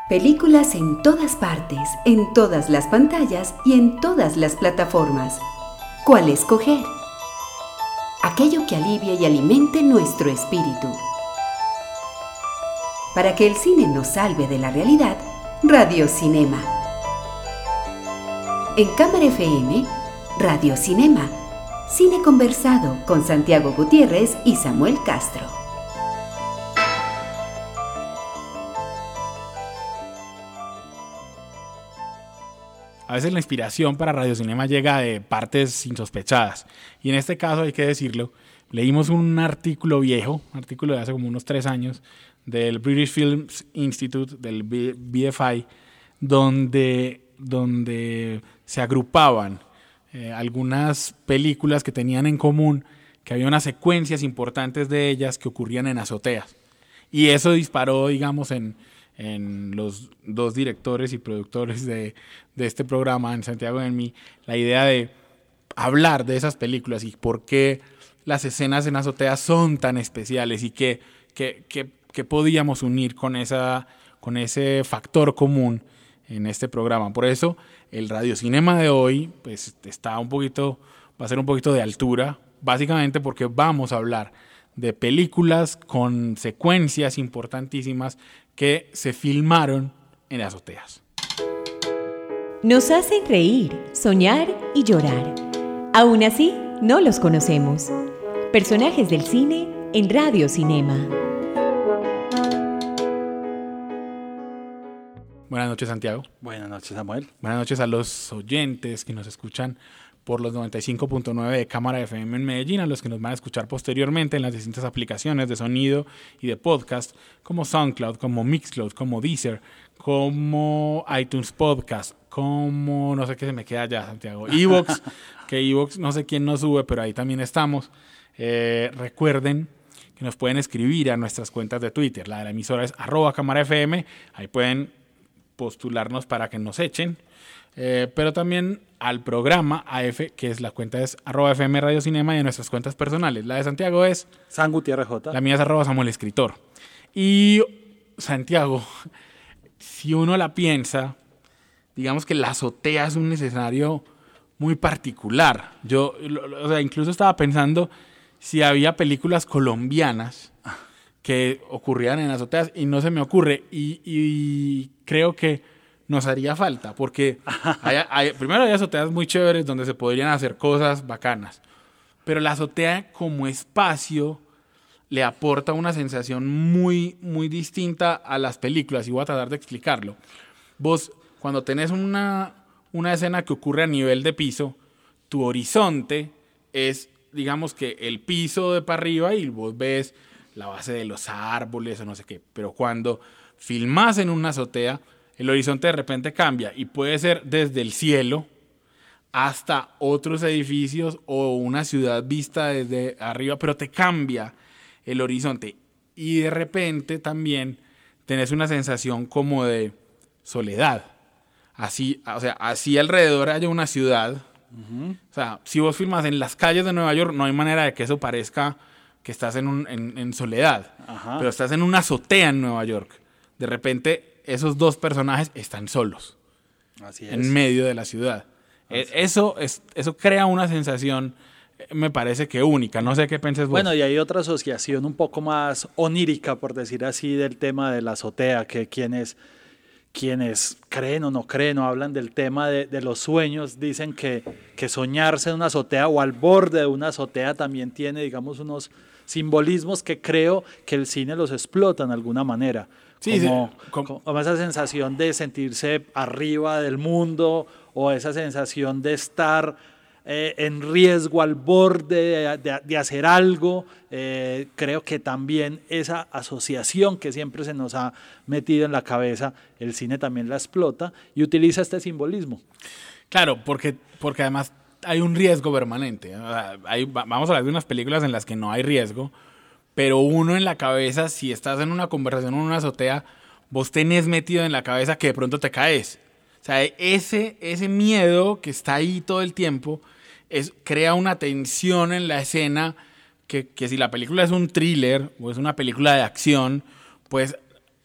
Películas en todas partes, en todas las pantallas y en todas las plataformas. ¿Cuál escoger? Aquello que alivie y alimente nuestro espíritu. Para que el cine nos salve de la realidad, Radio Cinema. En Cámara FM, Radio Cinema. Cine conversado con Santiago Gutiérrez y Samuel Castro. A veces la inspiración para Radio Cinema llega de partes insospechadas. Y en este caso, hay que decirlo, leímos un artículo viejo, un artículo de hace como unos 3 años, del British Film Institute, del BFI, donde se agrupaban algunas películas que tenían en común, que había unas secuencias importantes de ellas que ocurrían en azoteas. Y eso disparó, digamos, en los dos directores y productores de este programa, en Santiago y en mí, la idea de hablar de esas películas y por qué las escenas en azoteas son tan especiales y qué podíamos unir con ese factor común en este programa. Por eso el radiocinema de hoy pues va a ser un poquito de altura, básicamente porque vamos a hablar de películas con secuencias importantísimas que se filmaron en azoteas. Nos hacen reír, soñar y llorar. Aún así, no los conocemos. Personajes del cine en Radio Cinema. Buenas noches, Santiago. Buenas noches, Samuel. Buenas noches a los oyentes que nos escuchan por los 95.9 de Cámara FM en Medellín, a los que nos van a escuchar posteriormente en las distintas aplicaciones de sonido y de podcast, como SoundCloud, como Mixcloud, como Deezer, como iTunes Podcast, como no sé qué se me queda ya, Santiago, iVoox, que iVoox no sé quién nos sube, pero ahí también estamos. Recuerden que nos pueden escribir a nuestras cuentas de Twitter. La de la emisora es @cámarafm, ahí pueden postularnos para que nos echen. Pero también al programa AF, que es la cuenta es @FM Radio Cinema, y de nuestras cuentas personales. La de Santiago es San Gutiérrez J. La mía es @Samuel Escritor. Y Santiago, si uno la piensa, digamos que la azotea es un escenario muy particular. Yo, incluso estaba pensando si había películas colombianas que ocurrían en azoteas y no se me ocurre. Y creo que nos haría falta, porque primero hay azoteas muy chéveres donde se podrían hacer cosas bacanas, pero la azotea como espacio le aporta una sensación muy, muy distinta a las películas, y voy a tratar de explicarlo. Vos, cuando tenés una escena que ocurre a nivel de piso, tu horizonte es, digamos que el piso de para arriba y vos ves la base de los árboles o no sé qué, pero cuando filmás en una azotea, el horizonte de repente cambia y puede ser desde el cielo hasta otros edificios o una ciudad vista desde arriba, pero te cambia el horizonte y de repente también tenés una sensación como de soledad. Así alrededor haya una ciudad. Uh-huh. O sea, si vos filmas en las calles de Nueva York, no hay manera de que eso parezca que estás en soledad. Uh-huh. Pero estás en una azotea en Nueva York. De repente esos dos personajes están solos. Así es. En medio de la ciudad. Eso crea una sensación, me parece que única. No sé qué piensas vos. Bueno, y hay otra asociación un poco más onírica, por decir así, del tema de la azotea, que quienes creen o no creen o hablan del tema de los sueños, dicen que soñarse en una azotea o al borde de una azotea también tiene, digamos, unos simbolismos que creo que el cine los explota en alguna manera. Sí, como esa sensación de sentirse arriba del mundo o esa sensación de estar en riesgo al borde de hacer algo. Creo que también esa asociación que siempre se nos ha metido en la cabeza, el cine también la explota y utiliza este simbolismo. Claro, porque además hay un riesgo permanente. Vamos a hablar de unas películas en las que no hay riesgo, pero uno en la cabeza, si estás en una conversación o en una azotea, vos tenés metido en la cabeza que de pronto te caes. O sea, ese miedo que está ahí todo el tiempo crea una tensión en la escena que si la película es un thriller o es una película de acción, pues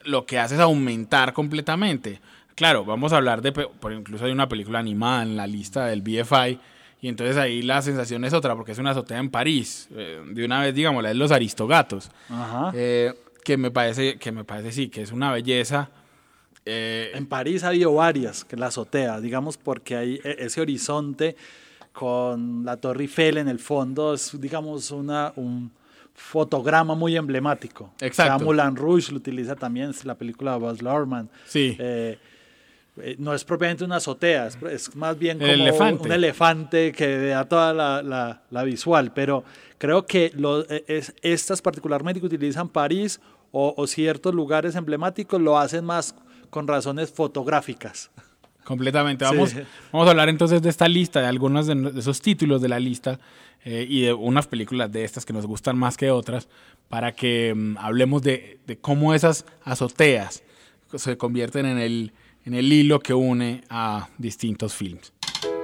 lo que hace es aumentar completamente. Claro, vamos a hablar por incluso hay una película animada en la lista del BFI, y entonces ahí la sensación es otra, porque es una azotea en París. De una vez, digamos, la de los Aristogatos. Ajá. Que me parece sí, que es una belleza. En París ha habido varias, que la azotea, digamos, porque hay ese horizonte con la Torre Eiffel en el fondo, es, digamos, un fotograma muy emblemático. Exacto. O sea, Moulin Rouge lo utiliza también, es la película de Baz Luhrmann. Sí. No es propiamente una azotea, es más bien como un elefante que da toda la visual, pero creo que estas particularmente que utilizan París o ciertos lugares emblemáticos lo hacen más con razones fotográficas. Completamente. Vamos a hablar entonces de esta lista, de algunos de esos títulos de la lista y de unas películas de estas que nos gustan más que otras, para que hablemos de cómo esas azoteas se convierten en el hilo que une a distintos films.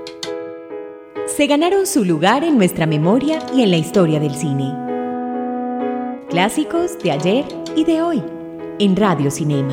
Se ganaron su lugar en nuestra memoria y en la historia del cine. Clásicos de ayer y de hoy, en Radio Cinema.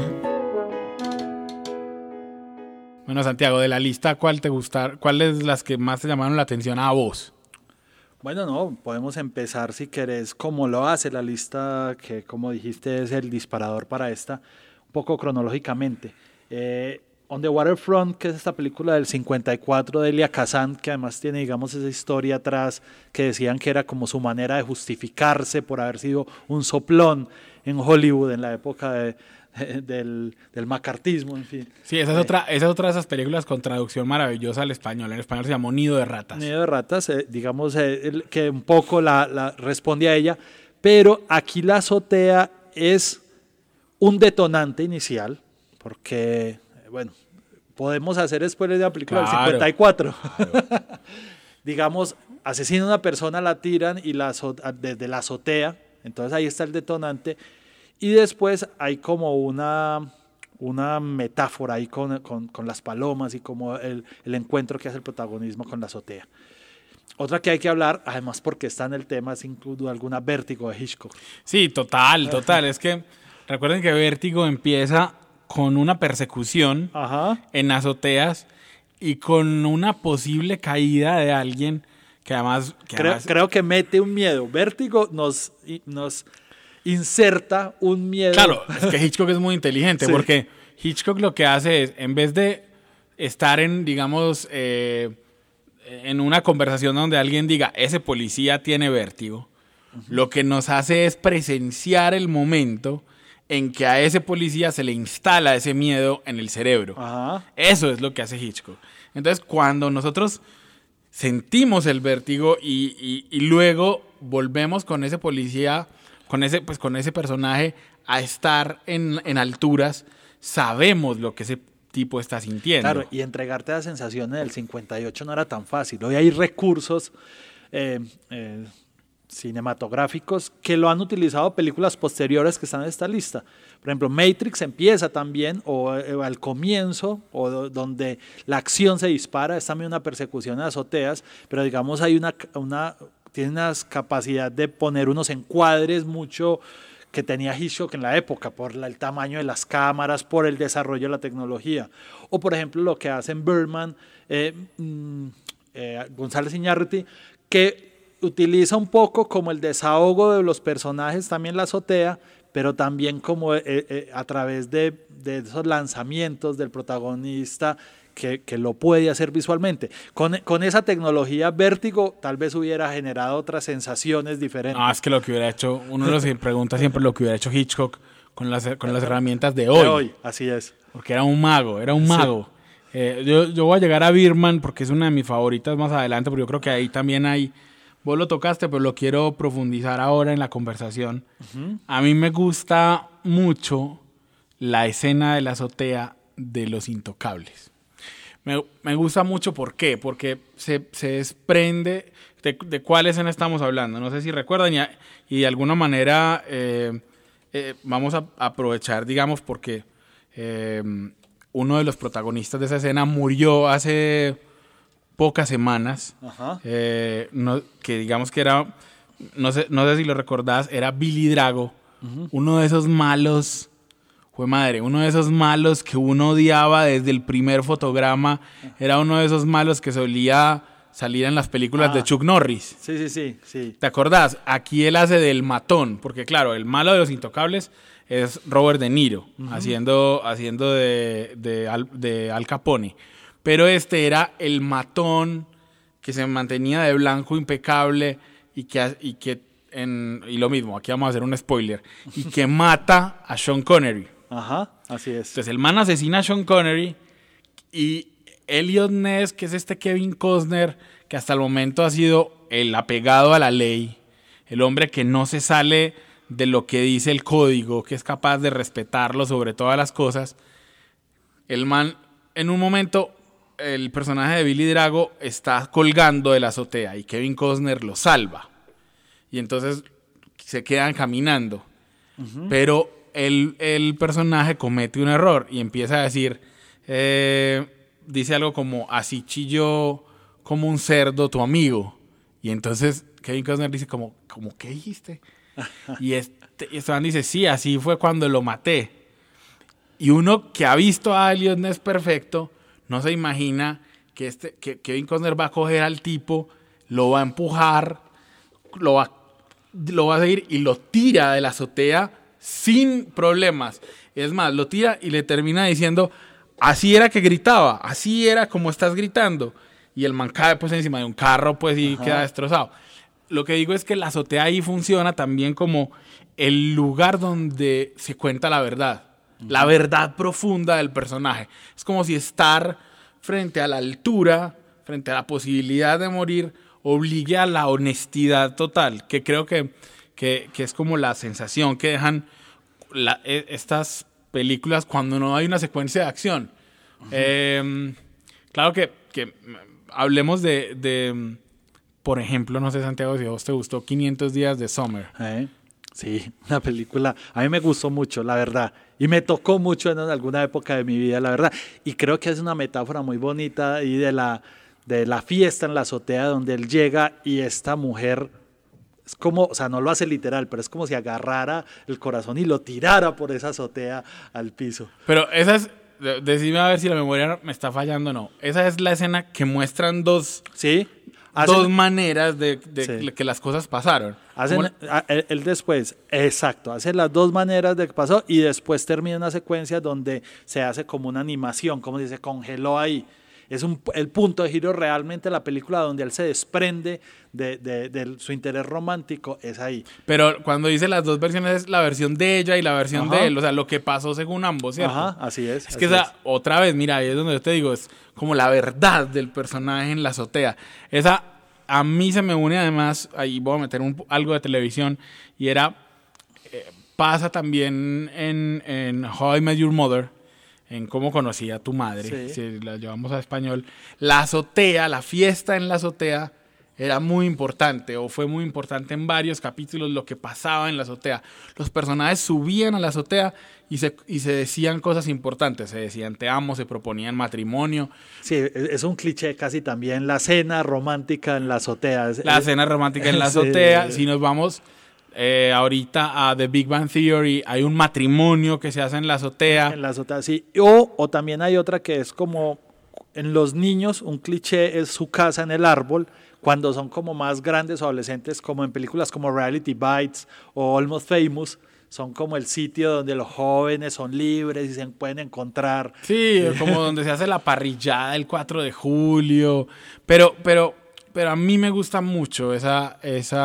Bueno, Santiago, de la lista, ¿cuál te gusta? ¿Cuáles las que más te llamaron la atención a vos? Bueno, no, podemos empezar si querés, como lo hace la lista, que como dijiste es el disparador para esta, un poco cronológicamente. On the Waterfront, que es esta película del 54 de Elia Kazan, que además tiene, digamos, esa historia atrás que decían que era como su manera de justificarse por haber sido un soplón en Hollywood en la época del macartismo, en fin. Sí, esa es otra de esas películas con traducción maravillosa al español. En español se llamó Nido de Ratas. Nido de Ratas, digamos que un poco la responde a ella, pero aquí la azotea es un detonante inicial, porque, bueno, podemos hacer spoilers de la película del 54. Claro. Digamos, asesinan a una persona, la tiran y desde la azotea, entonces ahí está el detonante. Y después hay como una metáfora ahí con las palomas y como el encuentro que hace el protagonismo con la azotea. Otra que hay que hablar, además porque está en el tema, es sin duda alguna Vértigo de Hitchcock. Sí, total. Es que recuerden que Vértigo empieza con una persecución en azoteas y con una posible caída de alguien que además... Creo que mete un miedo. Vértigo nos inserta un miedo. Claro, es que Hitchcock es muy inteligente, sí, porque Hitchcock lo que hace es, en vez de estar en, digamos, en una conversación donde alguien diga, ese policía tiene vértigo, lo que nos hace es presenciar el momento en que a ese policía se le instala ese miedo en el cerebro. Eso es lo que hace Hitchcock. Entonces, cuando nosotros sentimos el vértigo y luego volvemos con ese policía, con ese personaje a estar en alturas, sabemos lo que ese tipo está sintiendo. Claro, y entregarte la sensación en el 58 no era tan fácil. Hoy hay recursos cinematográficos que lo han utilizado películas posteriores que están en esta lista. Por ejemplo, Matrix empieza también, o al comienzo, donde la acción se dispara, es también una persecución en azoteas, pero digamos hay tiene una capacidad de poner unos encuadres mucho que tenía Hitchcock en la época, por el tamaño de las cámaras, por el desarrollo de la tecnología. O por ejemplo lo que hacen Bergman, González Iñárritu, que utiliza un poco como el desahogo de los personajes, también la azotea, pero también como a través de esos lanzamientos del protagonista que lo puede hacer visualmente. Con esa tecnología, Vértigo tal vez hubiera generado otras sensaciones diferentes. Es que lo que hubiera hecho, uno se pregunta siempre lo que hubiera hecho Hitchcock con las herramientas de hoy. De hoy, así es. Porque era un mago. Sí. Yo voy a llegar a Birdman porque es una de mis favoritas más adelante, porque yo creo que ahí también hay... Vos lo tocaste, pero lo quiero profundizar ahora en la conversación. A mí me gusta mucho la escena de la azotea de Los Intocables. Me gusta mucho, ¿por qué? Porque se desprende de cuál escena estamos hablando. No sé si recuerdan y de alguna manera vamos a aprovechar, digamos, porque uno de los protagonistas de esa escena murió hace pocas semanas, que digamos que era, no sé si lo recordás, era Billy Drago, uno de esos malos fue madre, uno de esos malos que uno odiaba desde el primer fotograma, era uno de esos malos que solía salir en las películas de Chuck Norris. Sí. ¿Te acordás? Aquí él hace del matón, porque claro, el malo de Los Intocables es Robert De Niro, haciendo de Al Capone. Pero este era el matón que se mantenía de blanco impecable y lo mismo, aquí vamos a hacer un spoiler, y que mata a Sean Connery. Ajá, así es. Entonces el man asesina a Sean Connery y Elliot Ness, que es este Kevin Costner, que hasta el momento ha sido el apegado a la ley, el hombre que no se sale de lo que dice el código, que es capaz de respetarlo sobre todas las cosas. El man, en un momento, el personaje de Billy Drago está colgando de la azotea y Kevin Costner lo salva. Y entonces se quedan caminando. Pero el personaje comete un error y empieza a decir, dice algo como, así chilló como un cerdo tu amigo. Y entonces Kevin Costner dice como ¿qué dijiste? Y Esteban dice, sí, así fue cuando lo maté. Y uno que ha visto a Elliot Ness perfecto, no se imagina que Kevin Costner va a coger al tipo, lo va a empujar, lo va a seguir y lo tira de la azotea sin problemas. Es más, lo tira y le termina diciendo, así era que gritaba, así era como estás gritando. Y el man cae pues encima de un carro pues y queda destrozado. Lo que digo es que la azotea ahí funciona también como el lugar donde se cuenta la verdad. La verdad profunda del personaje. Es como si estar frente a la altura, frente a la posibilidad de morir, obligue a la honestidad total, que creo que es como la sensación que dejan estas películas cuando no hay una secuencia de acción. Claro que hablemos de, por ejemplo, no sé, Santiago, si a vos te gustó 500 días de Summer. Sí, una película, a mí me gustó mucho, la verdad, y me tocó mucho en alguna época de mi vida, la verdad, y creo que es una metáfora muy bonita y de la fiesta en la azotea donde él llega y esta mujer es como, o sea, no lo hace literal, pero es como si agarrara el corazón y lo tirara por esa azotea al piso. Pero esa es, decime a ver si la memoria me está fallando o no, esa es la escena que muestran dos maneras de que las cosas pasaron. Él después, exacto, hace las dos maneras de que pasó y después termina una secuencia donde se hace como una animación, como si se congeló ahí. Es el punto de giro realmente de la película donde él se desprende de su interés romántico, es ahí. Pero cuando dice las dos versiones es la versión de ella y la versión de él, o sea, lo que pasó según ambos, ¿cierto? Ajá, así es. Es que otra vez, mira, ahí es donde yo te digo, es como la verdad del personaje en la azotea. Esa a mí se me une además, ahí voy a meter algo de televisión, y pasa también en How I Met Your Mother, en Cómo conocí a tu madre, si la llevamos a español. La azotea, la fiesta en la azotea era muy importante, o fue muy importante en varios capítulos lo que pasaba en la azotea. Los personajes subían a la azotea y se decían cosas importantes, se decían te amo, se proponían matrimonio. Sí, es un cliché casi también, la cena romántica en la azotea. Cena romántica en la azotea, si nos vamos ahorita a The Big Bang Theory, hay un matrimonio que se hace en la azotea. En la azotea, sí. O también hay otra que es como en los niños, un cliché es su casa en el árbol. Cuando son como más grandes o adolescentes, como en películas como Reality Bites o Almost Famous, son como el sitio donde los jóvenes son libres y se pueden encontrar. Sí, como donde se hace la parrillada el 4 de julio. Pero a mí me gusta mucho esa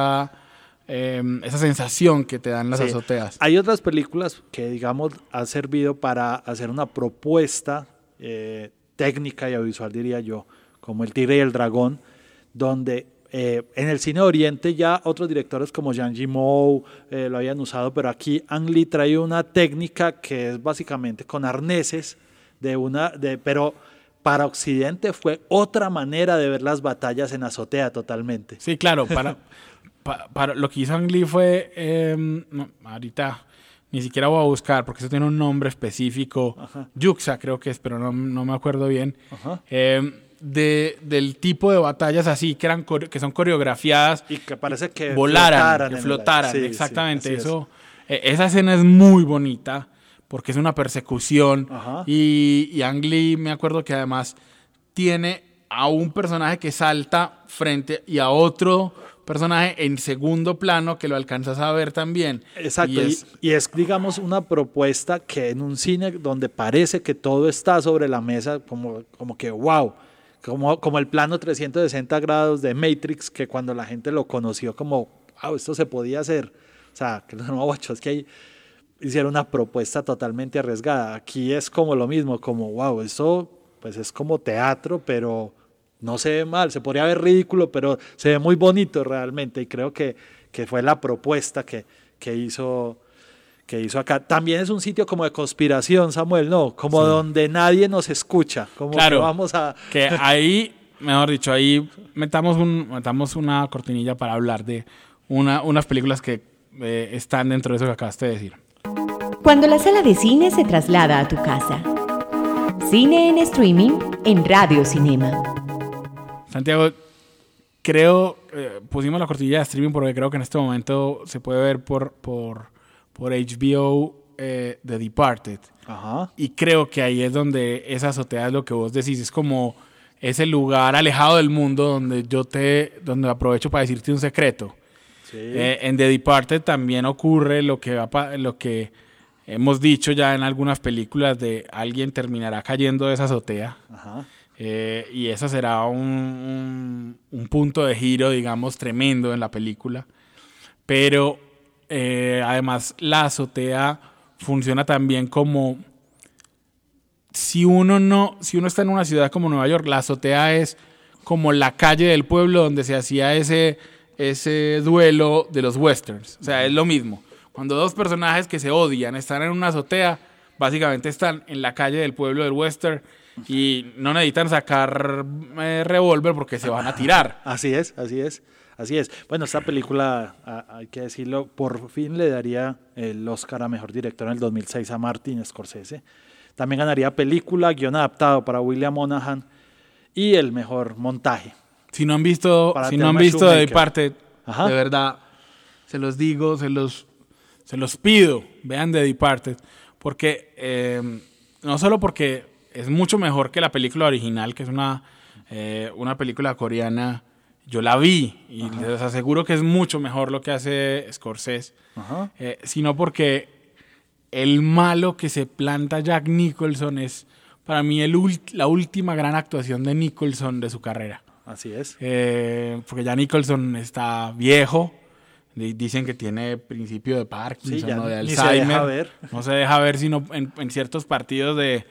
sensación que te dan las azoteas. Hay otras películas que, digamos, han servido para hacer una propuesta técnica y audiovisual, diría yo, como El Tigre y el Dragón, donde en el cine de Oriente ya otros directores como Zhang Yimou lo habían usado, pero aquí Ang Lee trae una técnica que es básicamente con arneses, pero para Occidente fue otra manera de ver las batallas en azotea totalmente. Sí, claro, para lo que hizo Ang Lee fue, ahorita ni siquiera voy a buscar porque eso tiene un nombre específico, Yuxa creo que es, pero no me acuerdo bien. Del tipo de batallas así que son coreografiadas y que parece que flotaran, exactamente. Esa escena es muy bonita porque es una persecución. Ajá. Y Ang Lee, me acuerdo que además tiene a un personaje que salta frente y a otro personaje en segundo plano que lo alcanzas a ver también. Exacto, y es, digamos, una propuesta que en un cine donde parece que todo está sobre la mesa, como que wow, como el plano 360 grados de Matrix, que cuando la gente lo conoció como, wow, esto se podía hacer. O sea, que los Wachowski hicieron una propuesta totalmente arriesgada. Aquí es como lo mismo, como wow, esto pues es como teatro, pero no se ve mal, se podría ver ridículo, pero se ve muy bonito realmente, y creo que fue la propuesta que hizo acá. También es un sitio como de conspiración, Samuel, ¿no? Como sí, donde nadie nos escucha, como claro, que vamos a... que ahí, mejor dicho, ahí metamos una cortinilla para hablar de unas películas que están dentro de eso que acabaste de decir. Cuando la sala de cine se traslada a tu casa. Cine en streaming en Radio Cinema. Santiago, creo, pusimos la cortinilla de streaming porque creo que en este momento se puede ver por HBO The Departed. Ajá. Y creo que ahí es donde esa azotea es lo que vos decís, es como ese lugar alejado del mundo donde aprovecho para decirte un secreto. Sí. En The Departed también ocurre lo que hemos dicho ya en algunas películas, de alguien terminará cayendo de esa azotea. Ajá. Y ese será un punto de giro, digamos, tremendo en la película. Pero además la azotea funciona también como... Si uno está en una ciudad como Nueva York, la azotea es como la calle del pueblo donde se hacía ese duelo de los westerns. O sea, es lo mismo. Cuando dos personajes que se odian están en una azotea, básicamente están en la calle del pueblo del western y no necesitan sacar revólver porque se van a tirar. Así es. Bueno, esta película, hay que decirlo, por fin le daría el Oscar a Mejor Director en el 2006 a Martin Scorsese. También ganaría película, guión adaptado para William Monahan y el mejor montaje. Si no han visto The Departed, de verdad, se los digo, se los pido, vean The Departed, porque no solo porque es mucho mejor que la película original, que es una película coreana, yo la vi y les aseguro que es mucho mejor lo que hace Scorsese, sino porque el malo que se planta Jack Nicholson es para mí la última gran actuación de Nicholson de su carrera. Así es. Porque ya Nicholson está viejo, dicen que tiene principio de Parkinson o de Alzheimer. No se deja ver sino en ciertos partidos de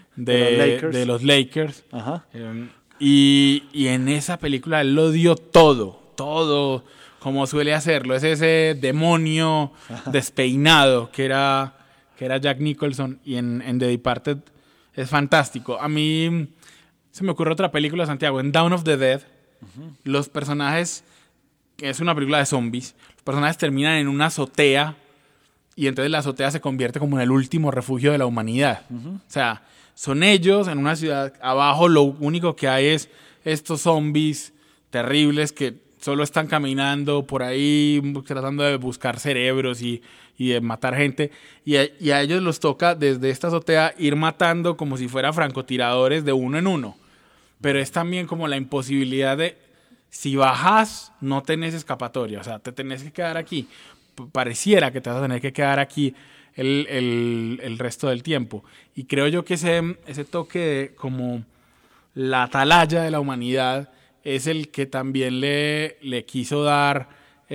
los Lakers. Ajá. Y en esa película él lo dio todo, como suele hacerlo. Es ese demonio despeinado que era Jack Nicholson, y en The Departed es fantástico. A mí se me ocurre otra película, Santiago, en Dawn of the Dead. Los personajes, que es una película de zombies, los personajes terminan en una azotea y entonces la azotea se convierte como en el último refugio de la humanidad. O sea, son ellos en una ciudad, abajo lo único que hay es estos zombies terribles que solo están caminando por ahí tratando de buscar cerebros y de matar gente, y a ellos los toca desde esta azotea ir matando como si fueran francotiradores de uno en uno. Pero es también como la imposibilidad de, si bajas, no tenés escapatoria, o sea, te tenés que quedar aquí. Pareciera que te vas a tener que quedar aquí el resto del tiempo. Y creo yo que ese toque de como la atalaya de la humanidad es el que también le quiso dar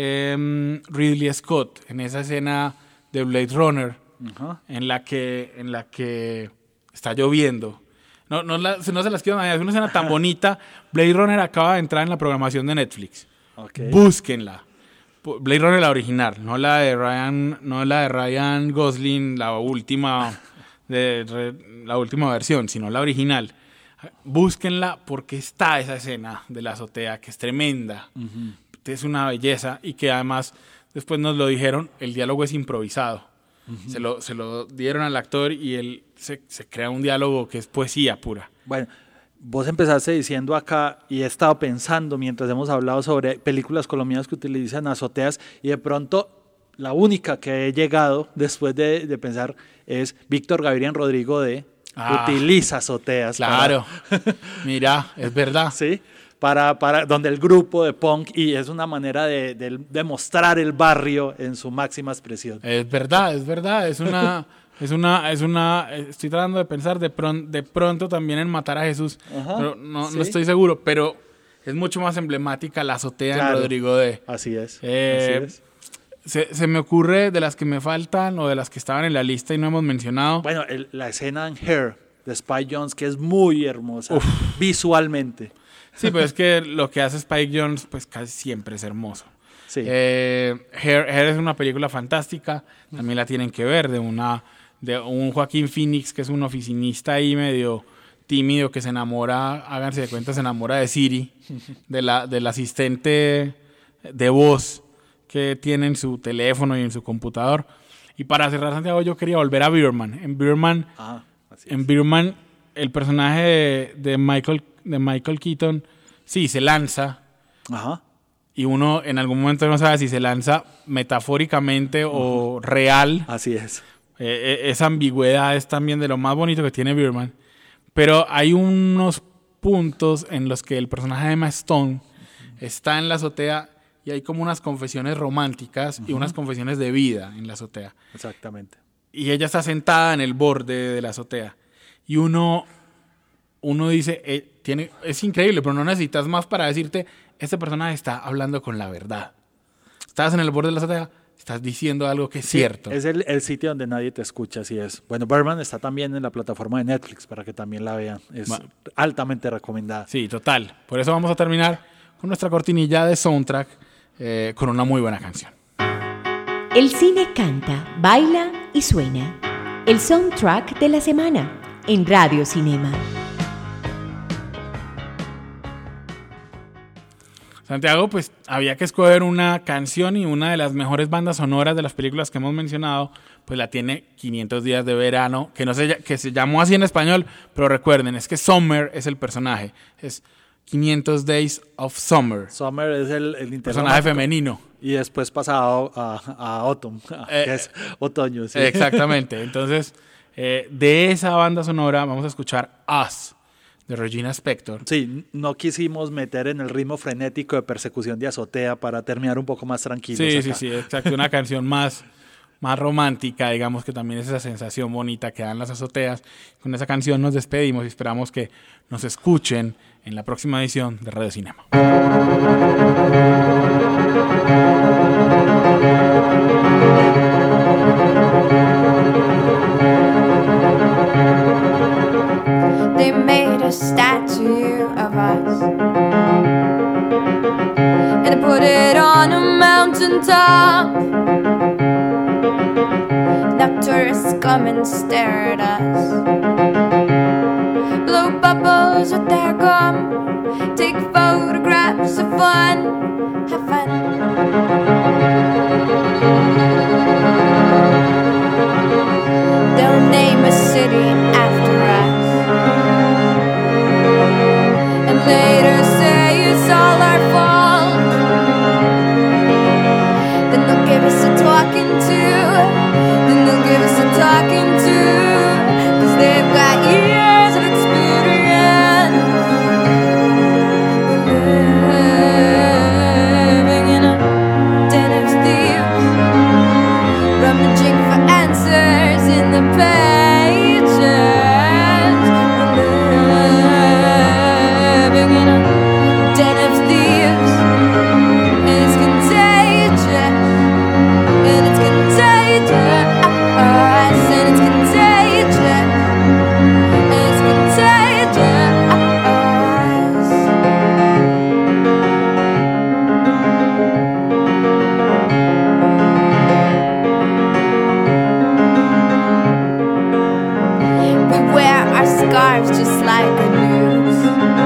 Ridley Scott en esa escena de Blade Runner, en la que está lloviendo. No se las quiero imaginar, es una escena tan bonita. Blade Runner acaba de entrar en la programación de Netflix. Okay. Búsquenla. Blade Runner, la original, no la de Ryan Gosling, la última versión, sino la original. Búsquenla porque está esa escena de la azotea que es tremenda. Es una belleza, y que además después nos lo dijeron, el diálogo es improvisado. Se lo dieron al actor y él se crea un diálogo que es poesía pura. Bueno, vos empezaste diciendo acá, y he estado pensando mientras hemos hablado sobre películas colombianas que utilizan azoteas, y de pronto la única que he llegado después de pensar es Víctor Gaviria Rodrigo de utiliza azoteas. Claro, mira, es verdad. Sí, para donde el grupo de punk, y es una manera de mostrar el barrio en su máxima expresión. Es verdad, es una, estoy tratando de pensar de pronto también en Matar a Jesús, pero no estoy seguro, pero es mucho más emblemática la azotea en Rodrigo D. Así es. Se me ocurre de las que me faltan o de las que estaban en la lista y no hemos mencionado. Bueno, la escena en Hair de Spike Jonze, que es muy hermosa visualmente. Sí, pues es que lo que hace Spike Jonze pues casi siempre es hermoso. Sí. Hair es una película fantástica, también la tienen que ver, de un Joaquín Phoenix que es un oficinista ahí medio tímido que se enamora, háganse de cuenta, se enamora de Siri, del asistente de voz que tiene en su teléfono y en su computador. Y para cerrar, Santiago, yo quería volver a Birdman. En Birdman, el personaje de Michael Keaton, sí, se lanza. Ajá. Y uno en algún momento no sabe si se lanza metafóricamente o real. Así es. Esa ambigüedad es también de lo más bonito que tiene Birdman. Pero hay unos puntos en los que el personaje de Emma Stone está en la azotea y hay como unas confesiones románticas y unas confesiones de vida en la azotea. Exactamente. Y ella está sentada en el borde de la azotea. Y uno dice, es increíble, pero no necesitas más para decirte, este personaje está hablando con la verdad. Estás en el borde de la azotea, estás diciendo algo que es cierto. Es el sitio donde nadie te escucha, así es. Bueno, Birdman está también en la plataforma de Netflix para que también la vean. Es altamente recomendada. Sí, total. Por eso vamos a terminar con nuestra cortinilla de soundtrack con una muy buena canción. El cine canta, baila y suena. El soundtrack de la semana en Radio Cinema. Santiago, pues había que escoger una canción y una de las mejores bandas sonoras de las películas que hemos mencionado, pues la tiene 500 días de verano, que se llamó así en español, pero recuerden, es que Summer es el personaje, es 500 Days of Summer. Summer es el personaje femenino. Y después pasado a Autumn, que es otoño. ¿Sí? Exactamente, entonces de esa banda sonora vamos a escuchar Us, de Regina Spektor. Sí, no quisimos meter en el ritmo frenético de Persecución de Azotea para terminar un poco más tranquilos. Sí, exacto. Una canción más romántica, digamos, que también es esa sensación bonita que dan las azoteas. Con esa canción nos despedimos y esperamos que nos escuchen en la próxima edición de Radio Cinema. They made a statue of us and they put it on a mountain top. Now tourists come and stare at us, blow bubbles with their gum, take photographs of fun, have fun. They'll name a city after us and later say it's all our fault. Then they'll give us a talking to, 'cause they've got years of experience living in a den of thieves, rummaging for answers in the pages, living in a den of thieves. And it's contagious, and it's contagious. And it's contagious, and it's contagious. We wear our scarves just like the news,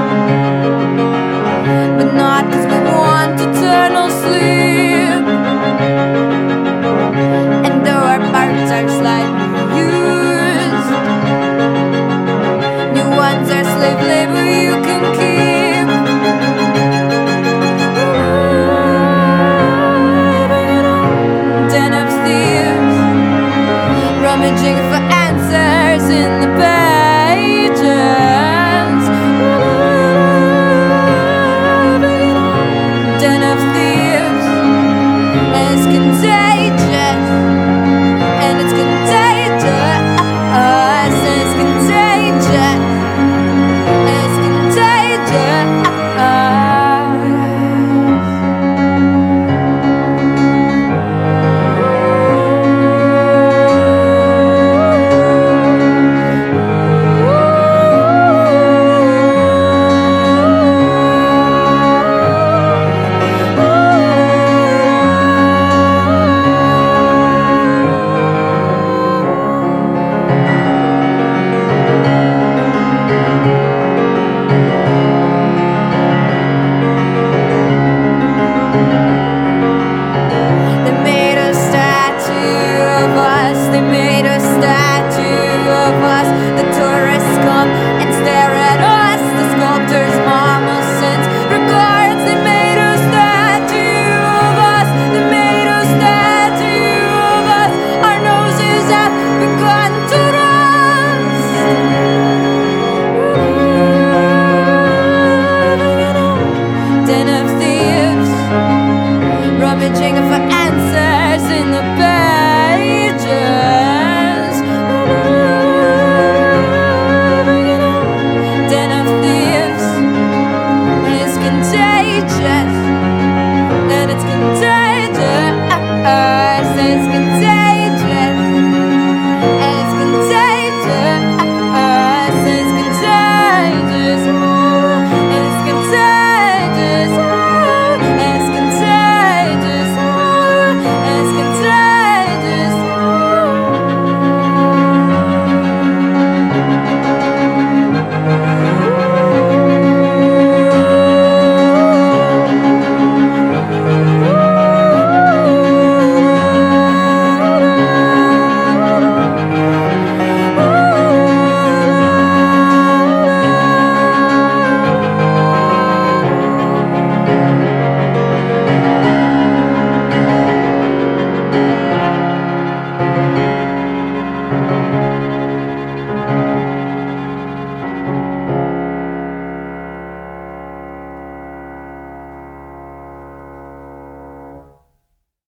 but not 'cause we want eternal sleep. And though our parts are slightly used, new ones are slave labor